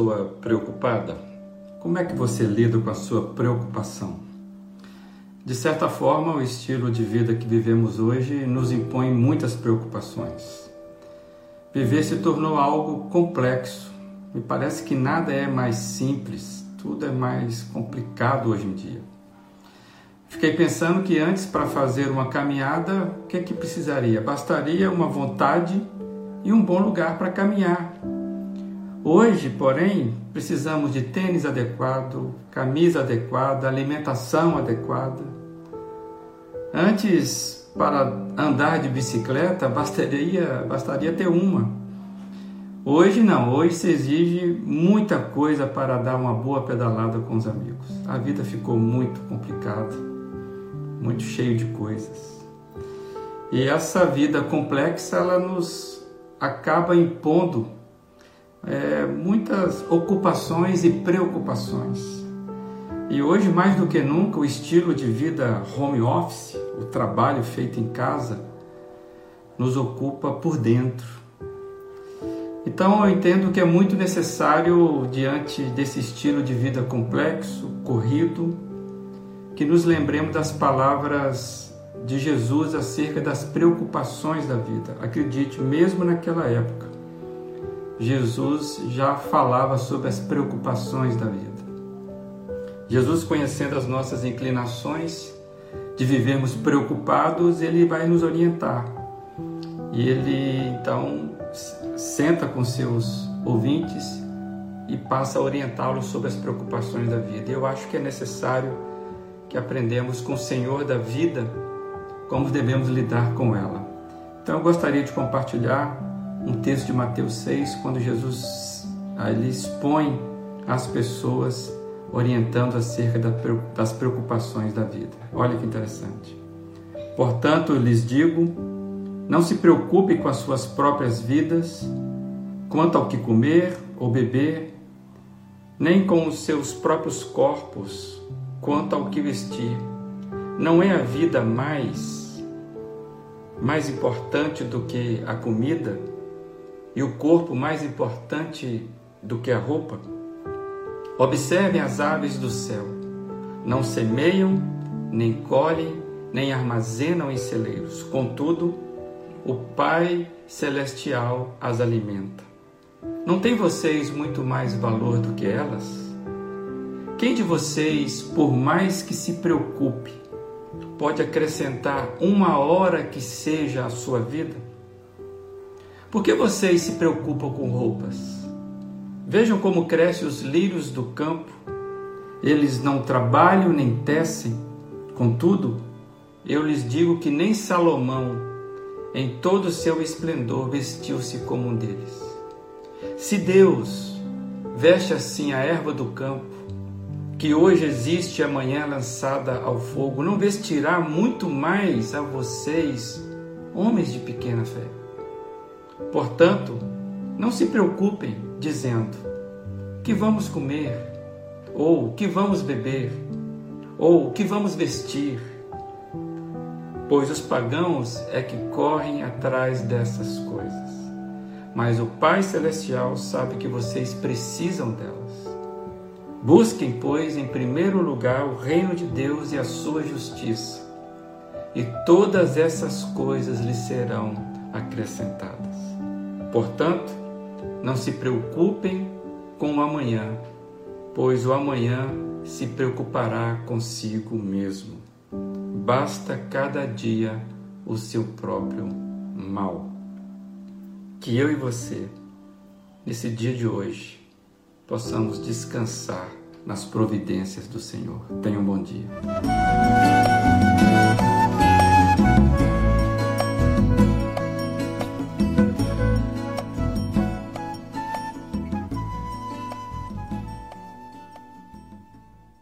pessoa preocupada? Como é que você lida com a sua preocupação? De certa forma, o estilo de vida que vivemos hoje nos impõe muitas preocupações. Viver se tornou algo complexo. Me parece que nada é mais simples, tudo é mais complicado hoje em dia. Fiquei pensando que antes, para fazer uma caminhada, o que é que precisaria? Bastaria uma vontade e um bom lugar para caminhar. Hoje, porém, precisamos de tênis adequado, camisa adequada, alimentação adequada. Antes, para andar de bicicleta, bastaria ter uma. Hoje não, hoje se exige muita coisa para dar uma boa pedalada com os amigos. A vida ficou muito complicada, muito cheia de coisas. E essa vida complexa, ela nos acaba impondo muitas ocupações e preocupações. E hoje, mais do que nunca, o estilo de vida home office, o trabalho feito em casa, nos ocupa por dentro. Então, eu entendo que é muito necessário, diante desse estilo de vida complexo, corrido, que nos lembremos das palavras de Jesus acerca das preocupações da vida. Acredite, mesmo naquela época, Jesus já falava sobre as preocupações da vida. Jesus, conhecendo as nossas inclinações de vivermos preocupados, ele vai nos orientar. E ele, então, senta com seus ouvintes e passa a orientá-los sobre as preocupações da vida. E eu acho que é necessário que aprendamos com o Senhor da vida como devemos lidar com ela. Então, eu gostaria de compartilhar um texto de Mateus 6, quando Jesus ele expõe as pessoas orientando acerca das preocupações da vida. Olha que interessante. Portanto, lhes digo, não se preocupe com as suas próprias vidas, quanto ao que comer ou beber, nem com os seus próprios corpos, quanto ao que vestir. Não é a vida mais importante do que a comida e o corpo mais importante do que a roupa? Observem as aves do céu. Não semeiam, nem colhem, nem armazenam em celeiros. Contudo, o Pai Celestial as alimenta. Não têm vocês muito mais valor do que elas? Quem de vocês, por mais que se preocupe, pode acrescentar uma hora que seja à sua vida? Por que vocês se preocupam com roupas? Vejam como crescem os lírios do campo. Eles não trabalham nem tecem. Contudo, eu lhes digo que nem Salomão, em todo o seu esplendor, vestiu-se como um deles. Se Deus veste assim a erva do campo, que hoje existe e amanhã é lançada ao fogo, não vestirá muito mais a vocês, homens de pequena fé? Portanto, não se preocupem, dizendo, que vamos comer, ou que vamos beber, ou que vamos vestir, pois os pagãos é que correm atrás dessas coisas. Mas o Pai Celestial sabe que vocês precisam delas. Busquem, pois, em primeiro lugar o reino de Deus e a sua justiça, e todas essas coisas lhes serão acrescentadas. Portanto, não se preocupem com o amanhã, pois o amanhã se preocupará consigo mesmo. Basta cada dia o seu próprio mal. Que eu e você, nesse dia de hoje, possamos descansar nas providências do Senhor. Tenha um bom dia.